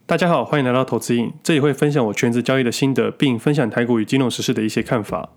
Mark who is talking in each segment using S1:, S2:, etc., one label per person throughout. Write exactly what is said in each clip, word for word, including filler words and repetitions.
S1: 大家好，欢迎来到投资瘾，这里会分享我全职交易的心得，并分享台股与金融时事的一些看法。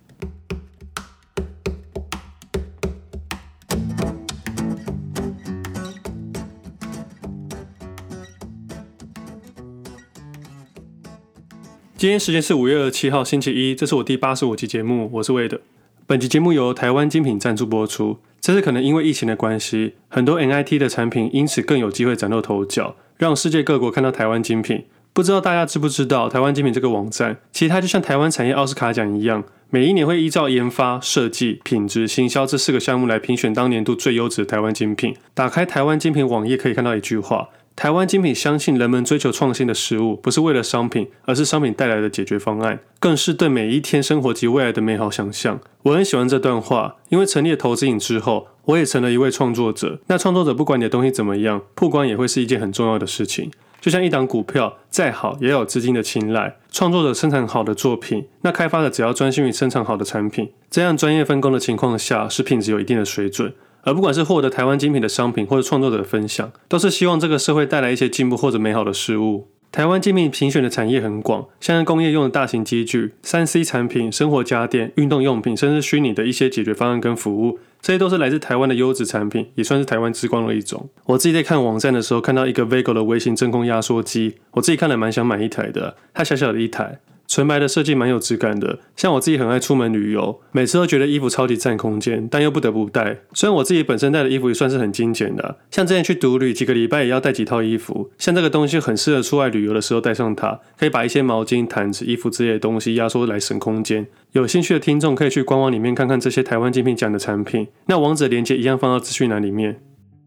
S1: 今天时间是五月二十七号星期一，这是我第八十五集节目，我是魏德。本集节目由台湾精品赞助播出。这次可能因为疫情的关系，很多 N I T 的产品因此更有机会崭露头角，让世界各国看到台湾精品。不知道大家知不知道，台湾精品这个网站，其实它就像台湾产业奥斯卡奖一样，每一年会依照研发、设计、品质、行销这四个项目来评选当年度最优质的台湾精品。打开台湾精品网页可以看到一句话：台湾精品相信人们追求创新的事物，不是为了商品，而是商品带来的解决方案，更是对每一天生活及未来的美好想象。我很喜欢这段话，因为成立了投资瘾之后，我也成了一位创作者。那创作者不管你的东西怎么样，曝光也会是一件很重要的事情。就像一档股票再好，也要有资金的青睐。创作者生产好的作品，那开发者只要专心于生产好的产品，这样专业分工的情况下，使品质有一定的水准。而不管是获得台湾精品的商品，或者创作者的分享，都是希望这个社会带来一些进步或者美好的事物。台湾精品评选的产业很广，像是工业用的大型机具、三 C 产品、生活家电、运动用品，甚至虚拟的一些解决方案跟服务，这些都是来自台湾的优质产品，也算是台湾之光的一种。我自己在看网站的时候，看到一个 Vigo 的微型真空压缩机，我自己看了蛮想买一台的，它小小的一台，纯白的设计蛮有质感的。像我自己很爱出门旅游，每次都觉得衣服超级占空间，但又不得不带。虽然我自己本身带的衣服也算是很精简的、啊，像之前去独旅几个礼拜也要带几套衣服。像这个东西很适合出外旅游的时候带上它，可以把一些毛巾、毯子、衣服之类的东西压缩来省空间。有兴趣的听众可以去官网里面看看这些台湾精品奖的产品，那网址连结一样放到资讯栏里面。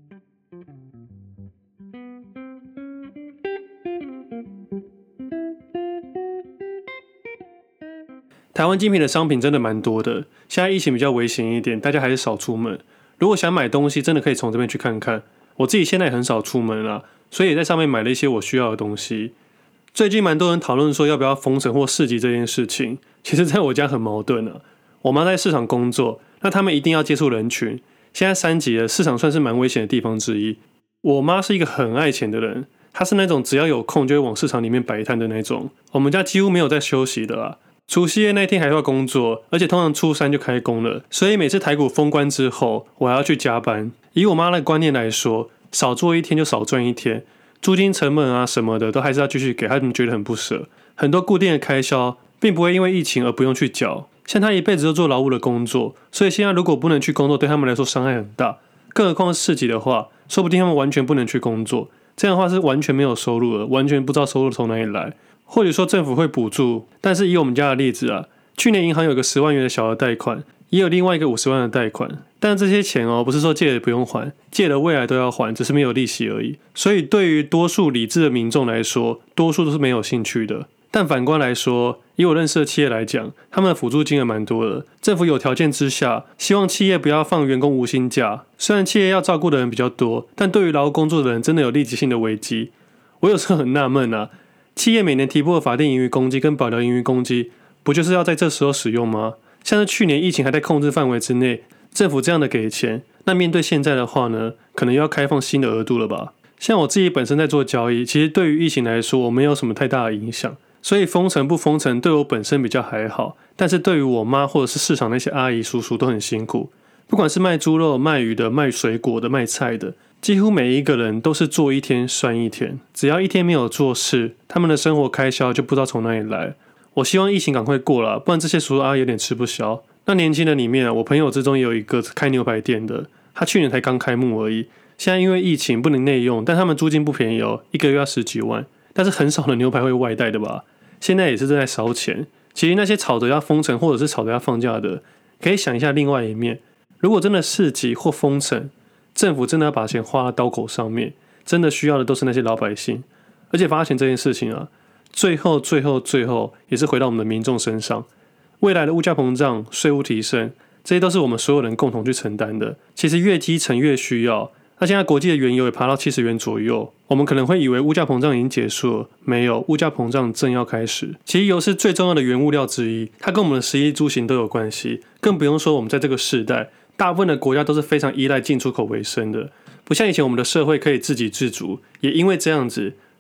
S1: 台湾精品的商品真的蛮多的，现在疫情比较危险一点，大家还是少出门。如果想买东西，真的可以从这边去看看。我自己现在也很少出门啦，所以也在上面买了一些我需要的东西。最近蛮多人讨论说要不要封城或市集这件事情，其实在我家很矛盾啊。我妈在市场工作，那他们一定要接触人群。现在三级了，市场算是蛮危险的地方之一。我妈是一个很爱钱的人，她是那种只要有空就会往市场里面摆摊的那种。我们家几乎没有在休息的啦。除夕夜那天还要工作，而且通常初三就开工了，所以每次台股封关之后，我还要去加班。以我妈的观念来说，少做一天就少赚一天，租金成本啊什么的都还是要继续给，他们觉得很不舍。很多固定的开销并不会因为疫情而不用去缴，像他一辈子都做劳务的工作，所以现在如果不能去工作，对他们来说伤害很大。更何况是市集的话，说不定他们完全不能去工作，这样的话是完全没有收入了，完全不知道收入从哪里来。或者说政府会补助，但是以我们家的例子啊，去年银行有个十万元的小额贷款，也有另外一个五十万的贷款，但这些钱哦，不是说借了不用还，借了未来都要还，只是没有利息而已。所以对于多数理智的民众来说，多数都是没有兴趣的。但反观来说，以我认识的企业来讲，他们的辅助金额蛮多的。政府有条件之下，希望企业不要放员工无薪假。虽然企业要照顾的人比较多，但对于劳务工作的人真的有立即性的危机。我有时候很纳闷啊。企业每年提拨的法定盈余公积跟保留盈余公积，不就是要在这时候使用吗？像是去年疫情还在控制范围之内，政府这样的给钱，那面对现在的话呢，可能又要开放新的额度了吧？像我自己本身在做交易，其实对于疫情来说，我没有什么太大的影响，所以封城不封城对我本身比较还好，但是对于我妈或者是市场那些阿姨叔叔都很辛苦，不管是卖猪肉、卖鱼的、卖水果的、卖菜的。几乎每一个人都是做一天算一天，只要一天没有做事，他们的生活开销就不知道从哪里来。我希望疫情赶快过了，不然这些叔叔阿姨有点吃不消。那年轻人里面，我朋友之中也有一个开牛排店的，他去年才刚开幕而已。现在因为疫情不能内用，但他们租金不便宜哦，一个月要十几万。但是很少的牛排会外带的吧？现在也是正在烧钱。其实那些吵着要封城或者是吵着要放假的，可以想一下另外一面，如果真的市集或封城，政府真的要把钱花到刀口上面，真的需要的都是那些老百姓。而且发钱这件事情啊，最后最后最后也是回到我们的民众身上。未来的物价膨胀、税务提升，这些都是我们所有人共同去承担的。其实越基层越需要。那现在国际的原油也爬到七十元左右，我们可能会以为物价膨胀已经结束了，没有，物价膨胀正要开始。其实油是最重要的原物料之一，它跟我们的食衣住行都有关系，更不用说我们在这个世代。大部分的国家都是非常依赖进出口为生的，不像以前我们的社会可以自给自足，也因为这样子，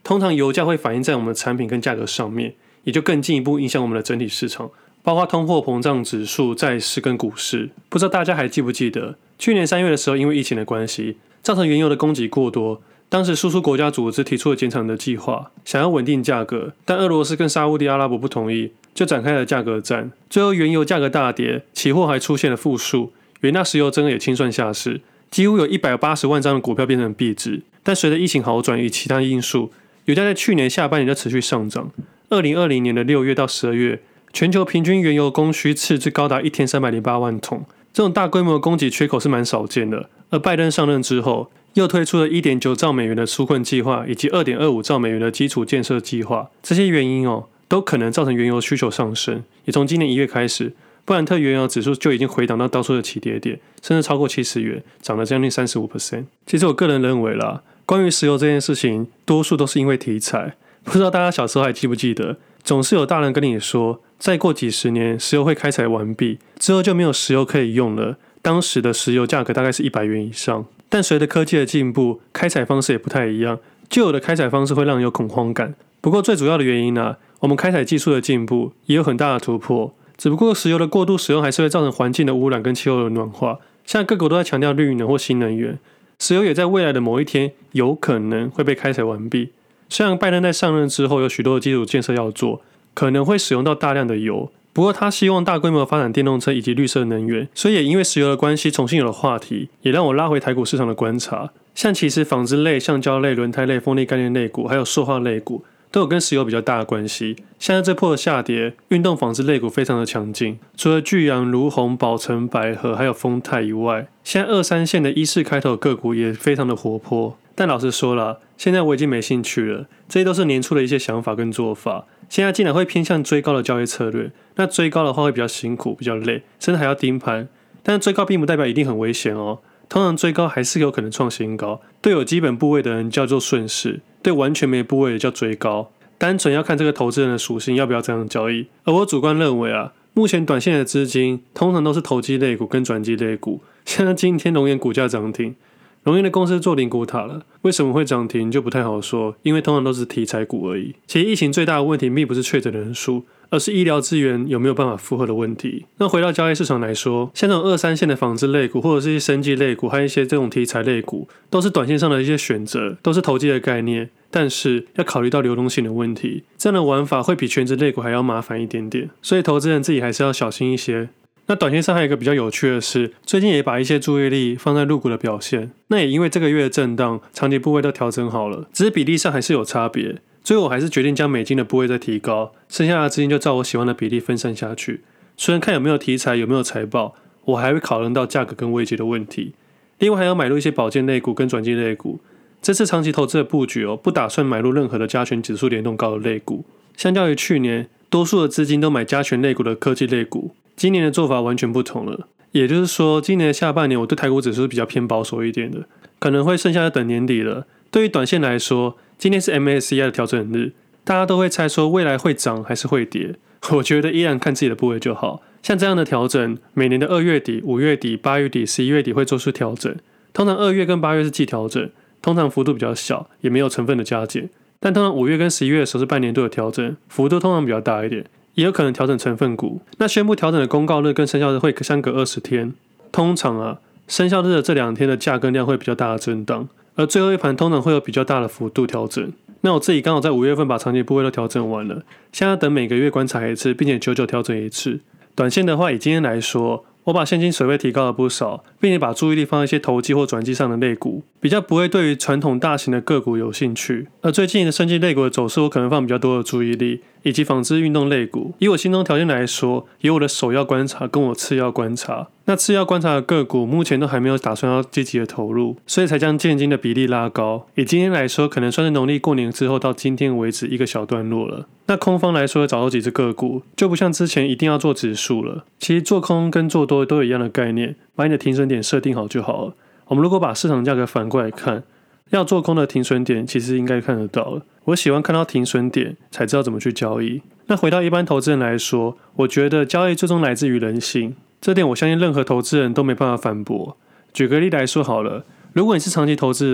S1: 通常油价会反映在我们的产品跟价格上面，也就更进一步影响我们的整体市场，包括通货膨胀指数、债市跟股市。不知道大家还记不记得，去年三月的时候，因为疫情的关系，造成原油的供给过多，当时输出国家组织提出了减产的计划，想要稳定价格，但俄罗斯跟沙烏地阿拉伯不同意，就展开了价格战。最后原油价格大跌，期货还出现了负数，元大石油真的也清算下市，几乎有一百八十万张的股票变成币值。但随着疫情好转与其他因素，油价在去年下半年就持续上涨。二零二零年的六月到十二月，全球平均原油供需赤字高达一千三百零八万桶，这种大规模的供给缺口是蛮少见的。而拜登上任之后，又推出了 一点九兆美元的纾困计划，以及 二点二五兆美元的基础建设计划。这些原因哦，都可能造成原油需求上升。也从今年一月开始，布兰特原油指数就已经回档到当初的起跌点，甚至超过七十元，涨了将近 百分之三十五。其实我个人认为啦，关于石油这件事情，多数都是因为题材。不知道大家小时候还记不记得，总是有大人跟你说，再过几十年石油会开采完毕，之后就没有石油可以用了。当时的石油价格大概是一百元以上，但随着科技的进步，开采方式也不太一样，旧有的开采方式会让人有恐慌感。不过最主要的原因啊，我们开采技术的进步也有很大的突破，只不过石油的过度使用还是会造成环境的污染跟气候的暖化。现在各国都在强调绿能或新能源，石油也在未来的某一天有可能会被开采完毕。虽然拜登在上任之后有许多的基础建设要做，可能会使用到大量的油，不过他希望大规模发展电动车以及绿色能源，所以也因为石油的关系重新有了话题，也让我拉回台股市场的观察。像其实纺织类、橡胶类、轮胎类、风力概念类股还有塑化类股都有跟石油比较大的关系。现在这波的下跌，运动纺织类股非常的强劲，除了巨阳、如虹、宝成、百合还有丰泰以外，现在二三线的一四开头的个股也非常的活泼。但老实说啦，现在我已经没兴趣了，这些都是年初的一些想法跟做法，现在竟然会偏向追高的交易策略。那追高的话会比较辛苦，比较累，甚至还要盯盘。但是追高并不代表一定很危险哦，通常追高还是有可能创新高。对有基本部位的人叫做顺势，对完全没部位的叫追高。单纯要看这个投资人的属性要不要这样交易。而我主观认为啊，目前短线的资金通常都是投机类股跟转机类股。像今天龙岩股价涨停，龙岩的公司做灵骨塔了，为什么会涨停就不太好说，因为通常都是题材股而已。其实疫情最大的问题并不是确诊人数，而是医疗资源有没有办法负荷的问题。那回到交易市场来说，像这种二三线的纺织类股或者是一些生技类股还有一些这种题材类股，都是短线上的一些选择，都是投机的概念，但是要考虑到流动性的问题，这样的玩法会比全职类股还要麻烦一点点，所以投资人自己还是要小心一些。那短线上还有一个比较有趣的是，最近也把一些注意力放在陆股的表现，那也因为这个月的震荡，长期部位都调整好了，只是比例上还是有差别，最后我还是决定将美金的部位再提高，剩下的资金就照我喜欢的比例分散下去。虽然看有没有题材，有没有财报，我还会考虑到价格跟位阶的问题。另外还要买入一些保健类股跟转机类股。这次长期投资的布局哦，不打算买入任何的加权指数联动高的类股。相较于去年，多数的资金都买加权类股的科技类股。今年的做法完全不同了，也就是说，今年的下半年我对台股指数比较偏保守一点的，可能会剩下的等年底了。对于短线来说，今天是 M A S C I 的调整日，大家都会猜说未来会涨还是会跌，我觉得依然看自己的部位就好。像这样的调整，每年的二月底、五月底、八月底、十一月底会做出调整，通常二月跟八月是季调整，通常幅度比较小，也没有成分的加减，但通常五月跟十一月的时候是半年度的调整，幅度通常比较大一点。也有可能调整成分股。那宣布调整的公告日跟生效日会相隔二十天，通常啊，生效日的这两天的价跟量会比较大的震荡，而最后一盘通常会有比较大的幅度调整。那我自己刚好在五月份把长期部位都调整完了，现在等每个月观察一次，并且久久调整一次。短线的话，以今天来说，我把现金水位提高了不少，并且把注意力放在一些投机或转机上的类股，比较不会对于传统大型的个股有兴趣。而最近的生技类股的走势，我可能放比较多的注意力，以及纺织运动类股。以我心中条件来说，有我的首要观察跟我次要观察。那次要观察的个股目前都还没有打算要积极的投入，所以才将现金的比例拉高。以今天来说，可能算是农历过年之后到今天为止一个小段落了。那空方来说，找到几只个股，就不像之前一定要做指数了。其实做空跟做多都有一样的概念，把你的停损点设定好就好了。我们如果把市场价格反过来看，要做空的停损点其实应该看得到了。我喜欢看到停损点才知道怎么去交易。那回到一般投资人来说，我觉得交易最终来自于人性，这点我相信任何投资人都没办法反驳。举个例来说好了，如果你是长期投资人，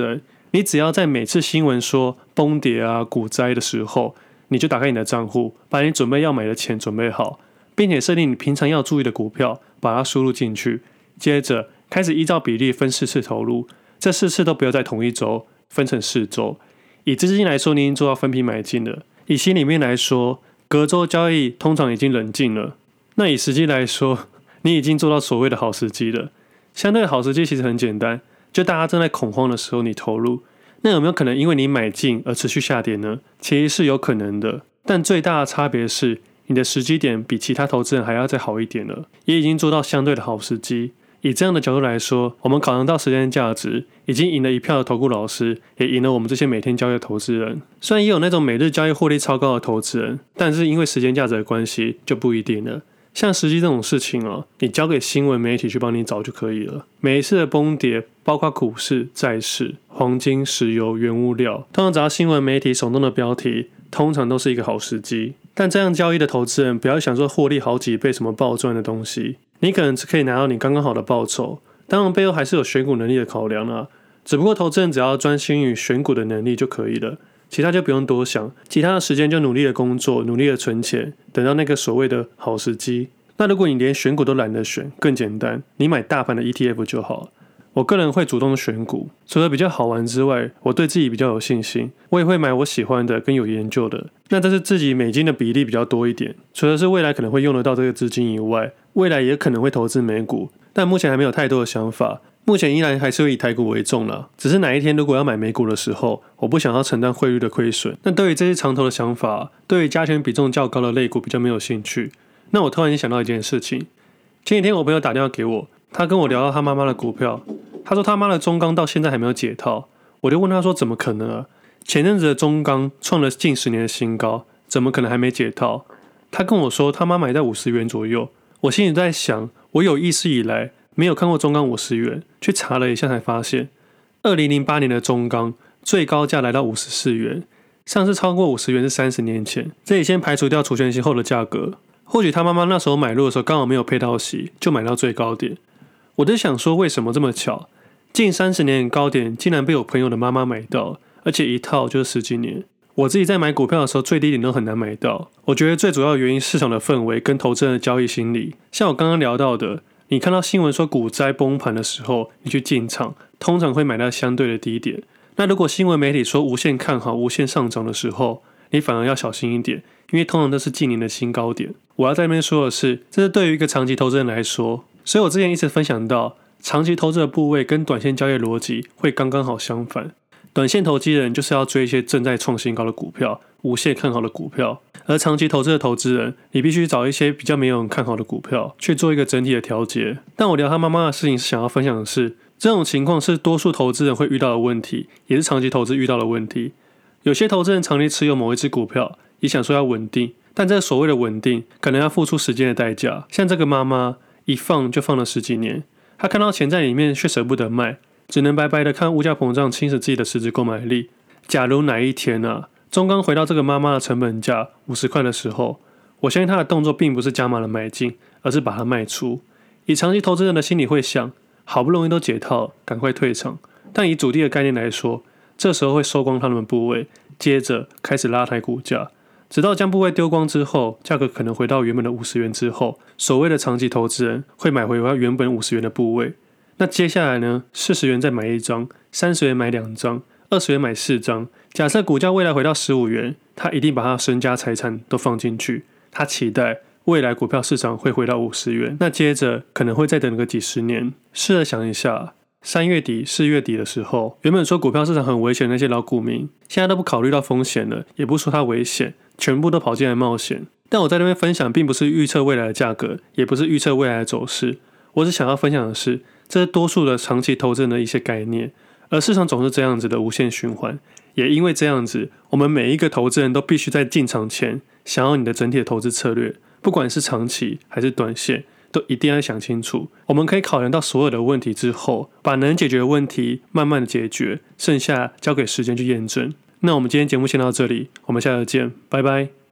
S1: 你只要在每次新闻说崩跌啊、股灾的时候，你就打开你的账户，把你准备要买的钱准备好，并且设定你平常要注意的股票，把它输入进去。接着开始依照比例分四次投入，这四次都不要在同一周，分成四周。以资金来说，你已经做到分批买进了。以心里面来说，隔周交易通常已经冷静了。那以时机来说，你已经做到所谓的好时机了。相对的好时机其实很简单，就大家正在恐慌的时候你投入。那有没有可能因为你买进而持续下跌呢？其实是有可能的，但最大的差别是你的时机点比其他投资人还要再好一点了，也已经做到相对的好时机。以这样的角度来说，我们考量到时间价值，已经赢了一票的投顾老师，也赢了我们这些每天交易的投资人。虽然也有那种每日交易获利超高的投资人，但是因为时间价值的关系就不一定了。像时机这种事情哦，你交给新闻媒体去帮你找就可以了。每一次的崩跌，包括股市、债市、黄金、石油、原物料，通常只要新闻媒体耸动的标题，通常都是一个好时机。但这样交易的投资人，不要想说获利好几倍什么暴赚的东西，你可能只可以拿到你刚刚好的报酬。当然背后还是有选股能力的考量啦，只不过投资人只要专心于选股的能力就可以了。其他就不用多想，其他的时间就努力的工作，努力的存钱，等到那个所谓的好时机。那如果你连选股都懒得选，更简单，你买大盘的 E T F 就好。我个人会主动选股，除了比较好玩之外，我对自己比较有信心，我也会买我喜欢的跟有研究的。那这是自己美金的比例比较多一点，除了是未来可能会用得到这个资金以外，未来也可能会投资美股，但目前还没有太多的想法。目前依然还是会以台股为重啦，只是哪一天如果要买美股的时候，我不想要承担汇率的亏损。那对于这些长投的想法，对于加权比重较高的类股比较没有兴趣。那我突然间想到一件事情，前几天我朋友打电话给我，他跟我聊到他妈妈的股票，他说他妈的中钢到现在还没有解套，我就问他说怎么可能啊？前阵子的中钢创了近十年的新高，怎么可能还没解套？他跟我说他妈买在五十元左右，我心里在想，我有意识以来没有看过中钢五十元，去查了一下才发现，二零零八年的中钢最高价来到五十四元，上次超过五十元是三十年前。这里先排除掉除权息后的价格，或许他妈妈那时候买入的时候刚好没有配到息，就买到最高点。我就想说，为什么这么巧？近三十年的高点竟然被我朋友的妈妈买到，而且一套就是十几年。我自己在买股票的时候，最低点都很难买到。我觉得最主要的原因，市场的氛围跟投资人的交易心理。像我刚刚聊到的，你看到新闻说股灾崩盘的时候，你去进场，通常会买到相对的低点。那如果新闻媒体说无限看好、无限上涨的时候，你反而要小心一点，因为通常都是近年的新高点。我要在那边说的是，这是对于一个长期投资人来说，所以我之前一直分享到，长期投资的部位跟短线交易逻辑会刚刚好相反。短线投机人就是要追一些正在创新高的股票，无限看好的股票，而长期投资的投资人，你必须找一些比较没有人看好的股票，去做一个整体的调节。但我聊他妈妈的事情是想要分享的是，这种情况是多数投资人会遇到的问题，也是长期投资遇到的问题。有些投资人长期持有某一只股票，也想说要稳定，但这所谓的稳定，可能要付出时间的代价。像这个妈妈，一放就放了十几年，她看到钱在里面却舍不得卖，只能白白的看物价膨胀侵蚀自己的实质购买力。假如哪一天啊，中钢回到这个妈妈的成本价五十块的时候，我相信她的动作并不是加码的买进，而是把它卖出。以长期投资人的心理会想，好不容易都解套，赶快退场。但以主力的概念来说，这时候会收光他们的部位，接着开始拉抬股价，直到将部位丢光之后，价格可能回到原本的五十元之后，所谓的长期投资人会买回原本五十元的部位。那接下来呢？四十元再买一张，三十元买两张，二十元买四张。假设股价未来回到十五元，他一定把他的身家财产都放进去，他期待未来股票市场会回到五十元。那接着可能会再等个几十年。试着想一下，三月底、四月底的时候，原本说股票市场很危险的那些老股民，现在都不考虑到风险了，也不说它危险，全部都跑进来冒险。但我在那边分享，并不是预测未来的价格，也不是预测未来的走势，我只想要分享的是，这是多数的长期投资人的一些概念，而市场总是这样子的无限循环。也因为这样子，我们每一个投资人都必须在进场前想要你的整体的投资策略，不管是长期还是短线，都一定要想清楚。我们可以考量到所有的问题之后，把能解决的问题慢慢的解决，剩下交给时间去验证。那我们今天节目先到这里，我们下次见，拜拜。